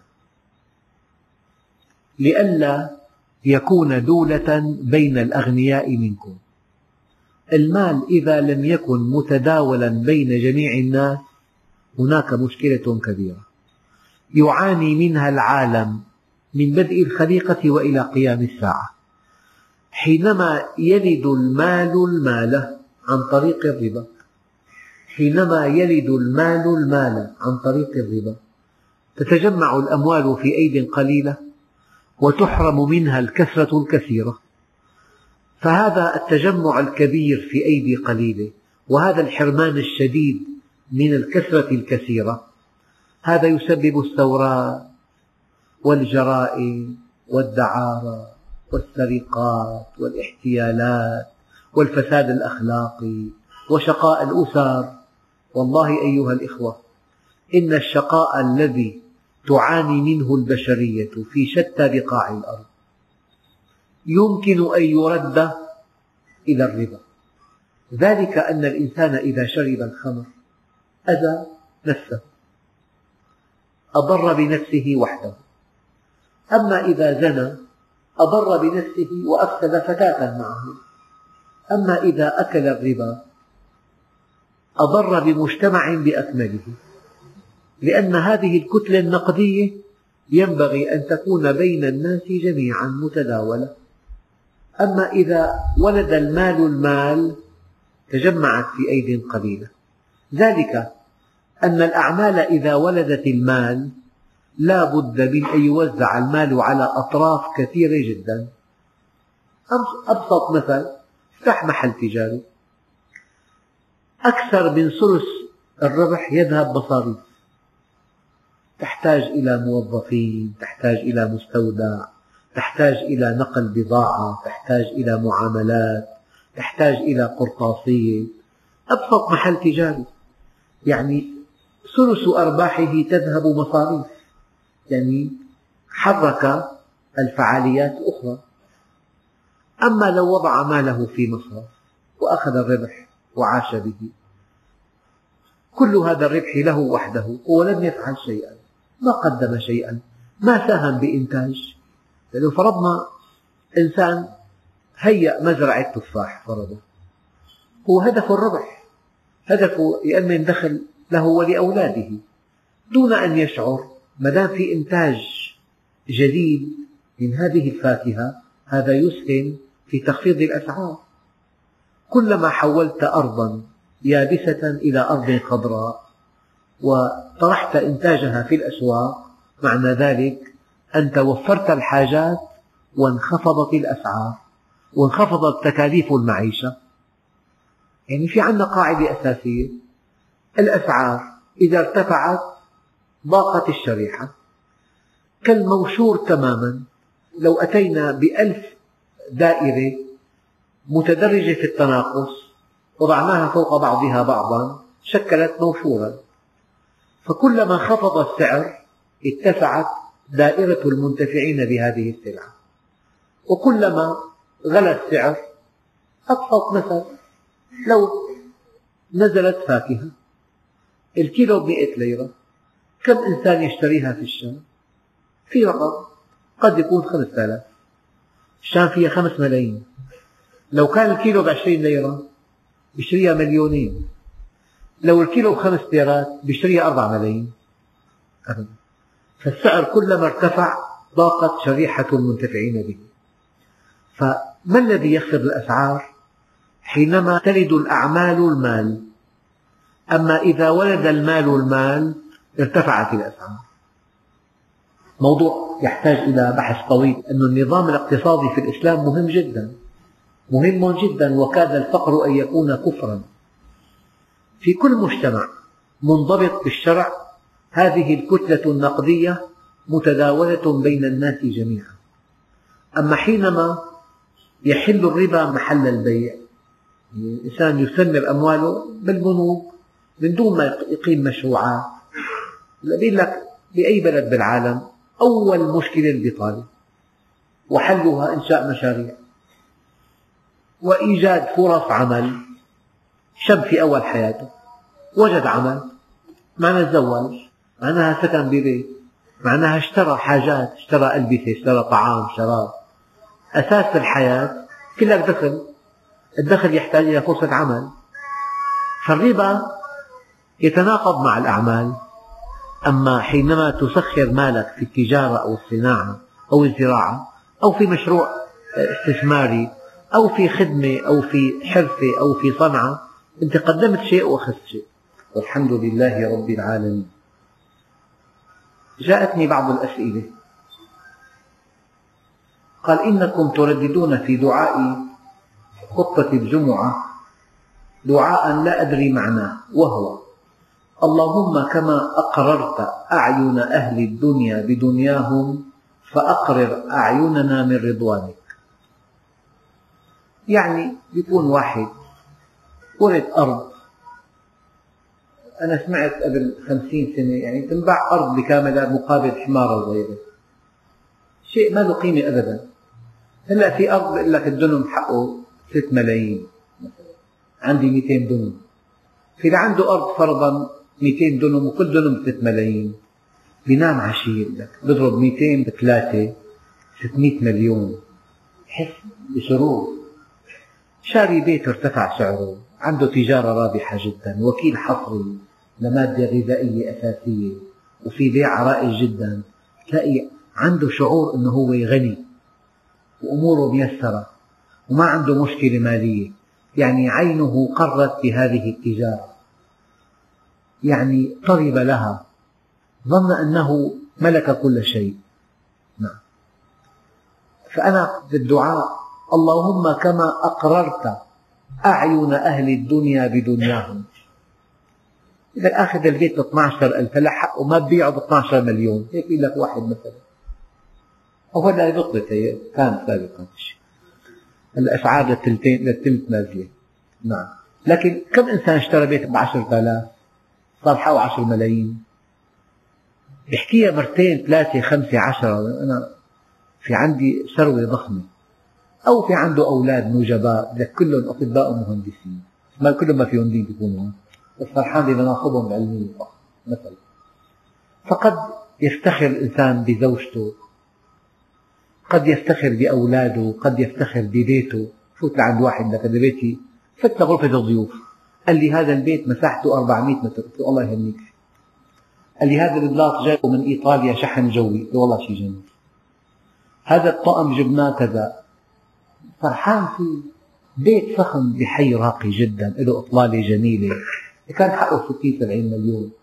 لئلا يكون دولة بين الأغنياء منكم. المال إذا لم يكن متداولا بين جميع الناس هناك مشكلة كبيرة يعاني منها العالم من بدء الخليقة وإلى قيام الساعة. حينما يلد المال المال عن طريق الربا، حينما يلد المال المال عن طريق الربا تتجمع الأموال في أيد قليلة وتحرم منها الكثرة الكثيرة. فهذا التجمع الكبير في أيدي قليلة وهذا الحرمان الشديد من الكثرة الكثيرة، هذا يسبب الثورات والجرائم والدعارة والسرقات والاحتيالات والفساد الأخلاقي وشقاء الأسر. والله أيها الإخوة، إن الشقاء الذي تعاني منه البشرية في شتى بقاع الأرض يمكن أن يرد إلى الربا. ذلك أن الإنسان إذا شرب الخمر أذى نفسه، أضر بنفسه وحده. أما إذا زنى أضر بنفسه وأفسد فتاة معه. أما إذا أكل الربا أضر بمجتمع بأكمله، لأن هذه الكتلة النقدية ينبغي أن تكون بين الناس جميعا متداولة. أما إذا ولد المال المال تجمعت في أيد قليلة. ذلك أن الأعمال إذا ولدت المال لا بد من أن يوزع المال على أطراف كثيرة جدا. أبسط مثل، افتح محل تجاري، أكثر من ثلث الربح يذهب مصاريف، تحتاج إلى موظفين، تحتاج إلى مستودع، تحتاج إلى نقل بضاعة، تحتاج إلى معاملات، تحتاج إلى قرطاسية. أبسط محل تجاري يعني ثلث أرباحه تذهب مصاريف، يعني حرك الفعاليات الأخرى. أما لو وضع ماله في مصرف وأخذ الربح وعاش به، كل هذا الربح له وحده، هو لم يفعل شيئا، ما قدم شيئا، ما ساهم بإنتاج. لو فرضنا إنسان هيأ مزرعة تفاح فرضا، هو هدفه الربح، هدفه يأمن دخل له ولأولاده دون أن يشعر. ما دام في إنتاج جديد من هذه الفاكهة هذا يسهم في تخفيض الأسعار. كلما حولت أرضا يابسة إلى أرض خضراء وطرحت إنتاجها في الأسواق معنى ذلك أنت وفرت الحاجات وانخفضت الأسعار وانخفضت تكاليف المعيشة. يعني في عندنا قاعدة أساسية: الأسعار إذا ارتفعت ضاقت الشريحة، كالموشور تماما. لو أتينا بألف دائرة متدرجة في التناقص وضعناها فوق بعضها بعضا شكلت موشورا، فكلما انخفض السعر اتسعت دائرة المنتفعين بهذه السلعة، وكلما غلا السعر. أبسط مثل: لو نزلت فاكهة الكيلو بمئة ليرة، كم إنسان يشتريها في الشام؟ في رقم قد يكون خمسة آلاف. الشام فيها خمس ملايين، لو كان الكيلو بعشرين ليرة بيشتريها مليونين، لو الكيلو بخمس ليرات بيشتريها أربع ملايين. فالسعر كلما ارتفع ضاقت شريحة المنتفعين به. فما الذي يخفض الأسعار؟ حينما تلد الأعمال المال. أما إذا ولد المال المال ارتفعت الأسعار. موضوع يحتاج إلى بحث طويل، أن النظام الاقتصادي في الإسلام مهم جدا، مهم جدا، وكاد الفقر أن يكون كفرا. في كل مجتمع منضبط بالشرع هذه الكتلة النقدية متداولة بين الناس جميعا. أما حينما يحل الربا محل البيع، الإنسان يثمر أمواله بالبنوك من دون ما يقيم مشروعات. بيقول لك بأي بلد بالعالم أول مشكلة البطالة، وحلها إنشاء مشاريع وإيجاد فرص عمل. شاب في أول حياته وجد عمل، معناها تزوج، معناها سكن ببيت، معناها اشترى حاجات، اشترى ألبسة، اشترى طعام، شراب. أساس الحياة كلها دخل، الدخل يحتاج إلى فرصة عمل. فالربا يتناقض مع الأعمال. أما حينما تسخر مالك في التجارة أو الصناعة أو الزراعة أو في مشروع استثماري أو في خدمة أو في حرفة أو في صنعة، أنت قدمت شيء وأخذت شيء، والحمد لله رب العالمين. جاءتني بعض الأسئلة، قال: إنكم ترددون في دعاء خطبة الجمعة دعاء لا أدري معناه، وهو: اللهم كما أقررت أعين أهل الدنيا بدنياهم فأقرر أعيننا من رضوانك. يعني يكون واحد ورد أرض، أنا سمعت قبل خمسين سنة يعني تنباع أرض بكاملها مقابل حمارة صغيرة، شيء ما له قيمة أبدا. هلأ في أرض بيقول لك الدنم حقه ست ملايين، عندي مئتين دنم. في اللي عنده أرض فرضا مئتين دنم وكل دنم ست ملايين، بينام عشية لك بضرب مئتين بثلاثة ستمئة مليون، يحس بسرور. شاري بيت ارتفع سعره، عنده تجارة رابحة جدا، وكيل حصري لمادة غذائية أساسية، وفي بيع رائج جدا. تلاقي عنده شعور أنه هو غني وأموره ميسرة وما عنده مشكلة مالية، يعني عينه قرت بهذه التجارة، يعني طرب لها، ظن أنه ملك كل شيء. نعم. فأنا بالدعاء: اللهم كما أقررت أعين أهل الدنيا بدنياهم. إذا أخذ البيت ب اثني عشر ألف هلا حقه ما ببيعه ب اثني عشر مليون، هيك يقول لك واحد مثلا، أو هلا بطلت، هي كانت سابقا الأسعار للثلثين للثلث نازلة. نعم. لكن كم إنسان اشترى بيت بعشرة آلاف صار حقه عشر ملايين، يحكيها مرتين ثلاثة خمسة عشرة. أنا في عندي ثروة ضخمة، أو في عنده أولاد نجباء لك كلهم أطباء ومهندسين، ما كلهم ما فيهم دين بيكونوا، بس فرحان بمناصبهم العلمية مثلا. فقد يفتخر الإنسان بزوجته، قد يفتخر بأولاده، قد يفتخر ببيته. فوت لعند واحد لك: هذا بيتي، فت لغرفة الضيوف، قال لي هذا البيت مساحته أربعمئة متر، قلت له الله يهنيك. قال لي هذا البلاط جاي من إيطاليا شحن جوي، قلت له والله شيء جميل. هذا الطقم جبناه كذا. فرحان فيه، بيت فخم بحي راقي جدا، له إطلالة جميلة، كان حقه ستين سبعين مليون.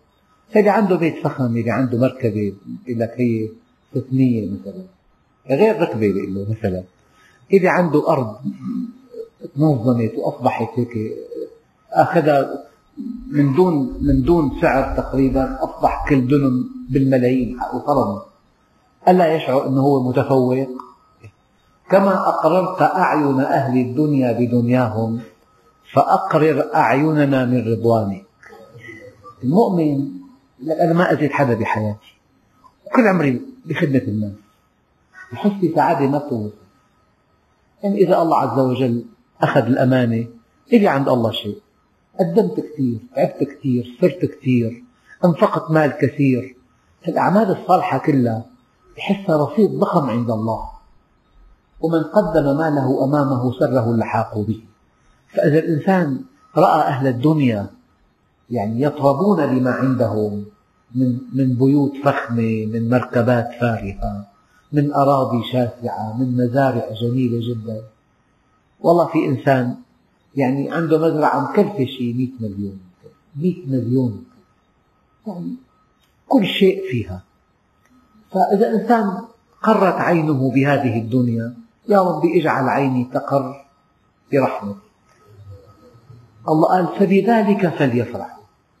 اللي عنده بيت فخم، اللي عنده مركبة بيقول لك هي ستمية مثلا، غير ركبة بيقول له مثلا. اللي عنده أرض تنظمت وأصبحت هيك أخذها من دون من دون سعر تقريبا، أصبح كل دنم بالملايين وفرض، ألا يشعر أنه هو متفوق؟ كما أقررت أعين أهل الدنيا بدنياهم فأقرر أعيننا من رضوانك. المؤمن أنا ما أذيت حدا بحياتي وكل عمري بخدمة الناس، بحس بسعادة ما بتوصف. يعني إذا الله عز وجل أخذ الأمانة، إلي عند الله شيء، قدمت كثير، تعبت كثير، صرت كثير، أنفقت مال كثير، الأعمال الصالحة كلها بحسها رصيد ضخم عند الله. ومن قدم ماله أمامه سره اللحاق به. فإذا الإنسان رأى أهل الدنيا يعني يطربون بما عندهم من من بيوت فخمة، من مركبات فارهة، من أراضي شاسعة، من مزارع جميلة جدا، والله في إنسان يعني عنده مزرعة مكلفة شيء مئة مليون، مئة مليون يعني كل شيء فيها. فإذا إنسان قرت عينه بهذه الدنيا، يا ربي اجعل عيني تقر برحمتك. الله قال فبذلك فليفرحوا،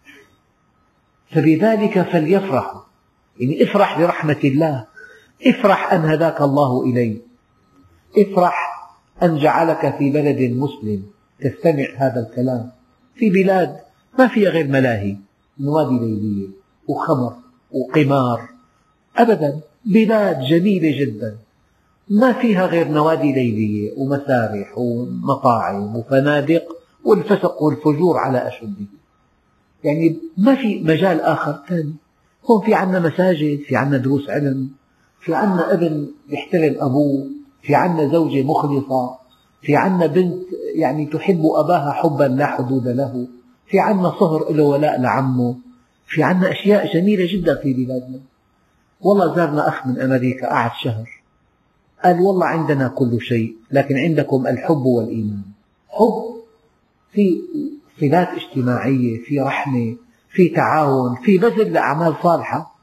فبذلك فليفرحوا، يعني افرح برحمة الله، افرح أن هداك الله إليه، افرح أن جعلك في بلد مسلم تستمع هذا الكلام، في بلاد ما فيها غير ملاهي، نوادي ليلية وخمر وقمار، أبدا، بلاد جميلة جدا ما فيها غير نوادي ليلية ومسارح ومطاعم وفنادق والفسق والفجور على أشده، يعني ما في مجال آخر ثاني. هون في عنا مساجد، في عنا دروس علم، في عنا ابن يحترم أبوه، في عنا زوجة مخلصة، في عنا بنت يعني تحب أباها حبا لا حدود له، في عنا صهر له ولاء لعمه، في عنا أشياء جميلة جدا في بلادنا. والله زارنا أخ من أمريكا قعد شهر، قال والله عندنا كل شيء لكن عندكم الحب والإيمان. حب، في صلات اجتماعية، في رحمة، في تعاون، في بذل لأعمال صالحة.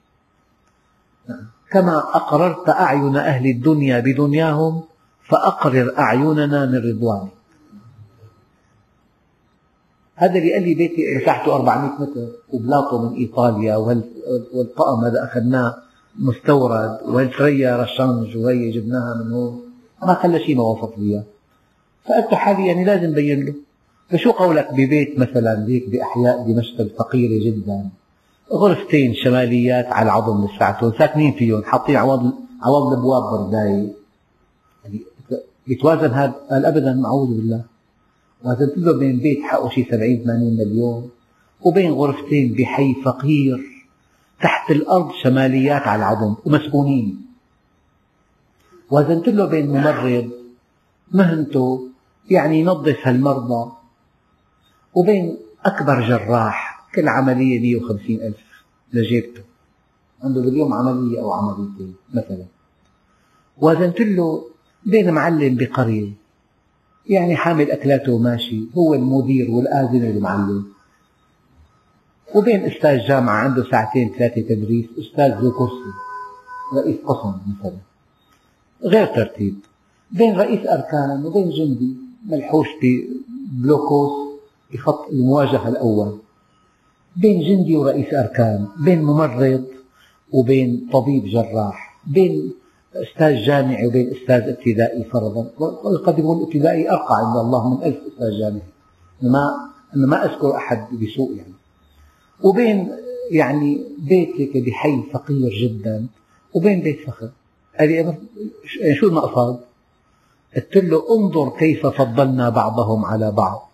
كما أقررت أعين أهل الدنيا بدنياهم فأقرر أعيننا من رضوانك. هذا اللي قال لي بيتي مساحته أربعمئة متر وبلاطه من إيطاليا، والطقم هذا أخذناه مستورد، وهالثريا رشنج وهي جبناها من هون، ما خلى شيء ما وصف لي. فقلت حالي يعني لازم بين له. فشو قولك ببيت مثلا هيك بأحياء دمشق الفقيرة جدا، غرفتين شماليات على العظم لساتهم، ساكنين فيهم، حاطين عوض عوض الابواب برداية، يعني يتوازن هذا؟ قال ابدا، معوذ بالله. وزنت له بين بيت حقه شي سبعين ثمانين مليون وبين غرفتين بحي فقير تحت الارض شماليات على العظم ومسكونين. وزنت له بين ممرض مهنته يعني ينظف هالمرضى، وبين أكبر جراح كل عملية مئة وخمسين ألف لجيبته، عنده باليوم عملية أو عمليتين مثلا. وزنت له بين معلم بقرية يعني حامل أكلاته وماشي، هو المدير والآذن والمعلم، وبين أستاذ جامعة عنده ساعتين ثلاثة تدريس، أستاذ ذو كرسي، رئيس قسم مثلا، غير ترتيب، بين رئيس أركان وبين جندي ملحوش ببلوكوس بخط المواجهة الأول، بين جندي ورئيس أركان، بين ممرض وبين طبيب جراح، بين أستاذ جامعي وبين أستاذ ابتدائي فرضا، وقد يكون الابتدائي أرقى عند الله من ألف أستاذ جامعي، ما أنا ما أذكر أحد بسوء يعني، وبين يعني بيت هيك بحي فقير جدا وبين بيت فخر. قال لي شو المقصد؟ قلت له انظر كيف فضلنا بعضهم على بعض،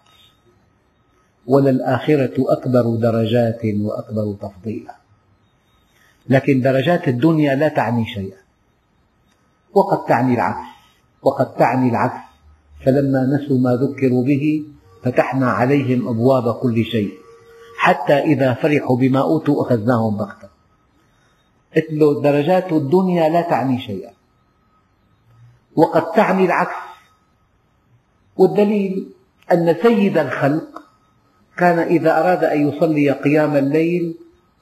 وللآخرة أكبر درجات وأكبر تفضيلا. لكن درجات الدنيا لا تعني شيئا، وقد تعني العكس، وقد تعني العكس. فلما نسوا ما ذكروا به فتحنا عليهم أبواب كل شيء حتى إذا فرحوا بما أوتوا أخذناهم بغتة. قلت له درجات الدنيا لا تعني شيئا، وقد تعني العكس. والدليل أن سيد الخلق كان إذا أراد أن يصلي قيام الليل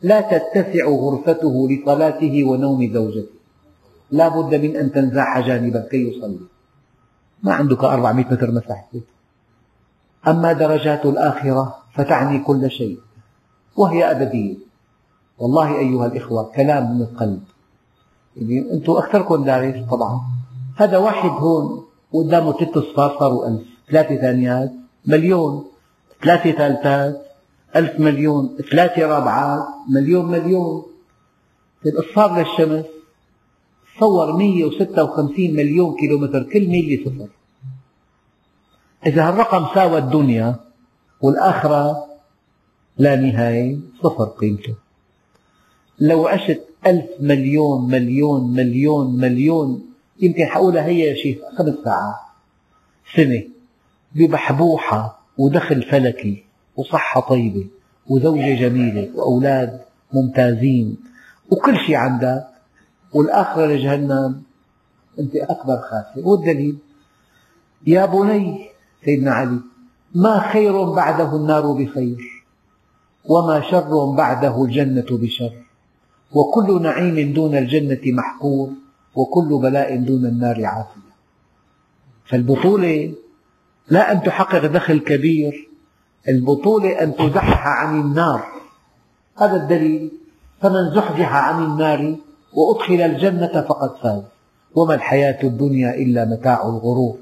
لا تتسع غرفته لصلاته ونوم زوجته، لا بد من أن تنزاح جانبا كي يصلي. ما عندك أربعمئة متر مساحة. أما درجات الآخرة فتعني كل شيء، وهي أبدية. والله أيها الإخوة كلام من القلب. يعني أنتم أكثركم دارس طبعا. هذا واحد هون قدامه ثلاث أصفار صاروا ألف، ثلاثة ثانيات مليون، ثلاثة ثالثات ألف مليون، ثلاثة رابعات مليون مليون. الإصفار للشمس تصور مئة وستة وخمسين مليون كيلومتر، كل ميل صفر. إذا هالرقم ساوى الدنيا والآخرة لا نهاية، صفر قيمته. لو عشت ألف مليون مليون مليون مليون، يمكن حقولها هي يا شيخ خمس ساعات سنة، ببحبوحة ودخل فلكي وصحة طيبة وزوجة جميلة وأولاد ممتازين وكل شيء عندك، والآخرة لجهنم، أنت أكبر خاسر. والدليل يا بني سيدنا علي: ما خير بعده النار بخير، وما شر بعده الجنة بشر، وكل نعيم دون الجنة محقور، وكل بلاء دون النار عافية. فالبطولة لا أن تحقق دخل كبير، البطولة أن تزحزح عن النار. هذا الدليل: فمن زحزح عن النار وأدخل الجنة فقد فاز، وما الحياة الدنيا إلا متاع الغرور.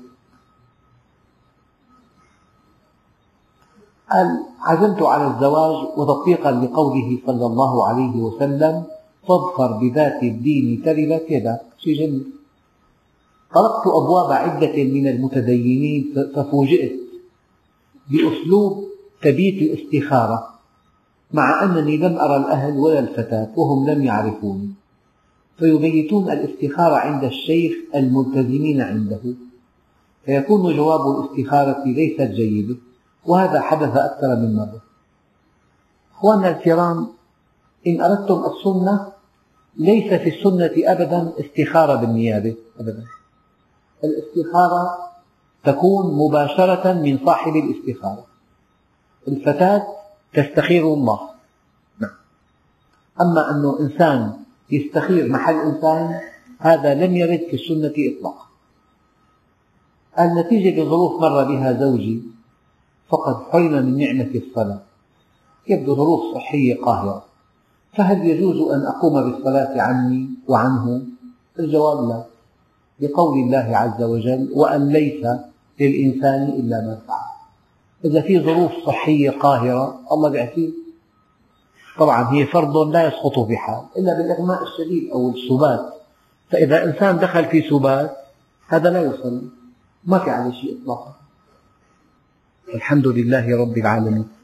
قال: عزمت على الزواج، وتطبيقا لقوله صلى الله عليه وسلم: فاظفر بذات الدين تربت يدك. شيء جميل. طرقت أبواب عدة من المتدينين ففوجئت بأسلوب تبيت الاستخارة، مع أنني لم أرى الأهل ولا الفتاة وهم لم يعرفوني، فيبيتون الاستخارة عند الشيخ الملتزمين عنده، فيكون جواب الاستخارة ليست جيدة، وهذا حدث أكثر من مرة. أخواننا الكرام، إن أردتم السنة، ليس في السنة أبدا استخارة بالنيابة أبدا. الاستخارة تكون مباشرة من صاحب الاستخارة. الفتاة تستخير الله، نعم. أما أن إنسان يستخير محل إنسان، هذا لم يرد في السنة إطلاقا. النتيجة لظروف مر بها زوجي، فقد حرم من نعمة الصلاة، يبدو ظروف صحية قاهرة، فهل يجوز أن أقوم بالصلاة عني وعنه؟ الجواب لا، لقول الله عز وجل: وأن ليس للإنسان إلا ما سعى. إذا في ظروف صحية قاهرة الله يعفيه. طبعا هي فرض لا يسقط في حال إلا بالإغماء الشديد أو السبات، فإذا إنسان دخل في سبات هذا لا يصلي، ما في عليه شيء إطلاقا. الحمد لله رب العالمين.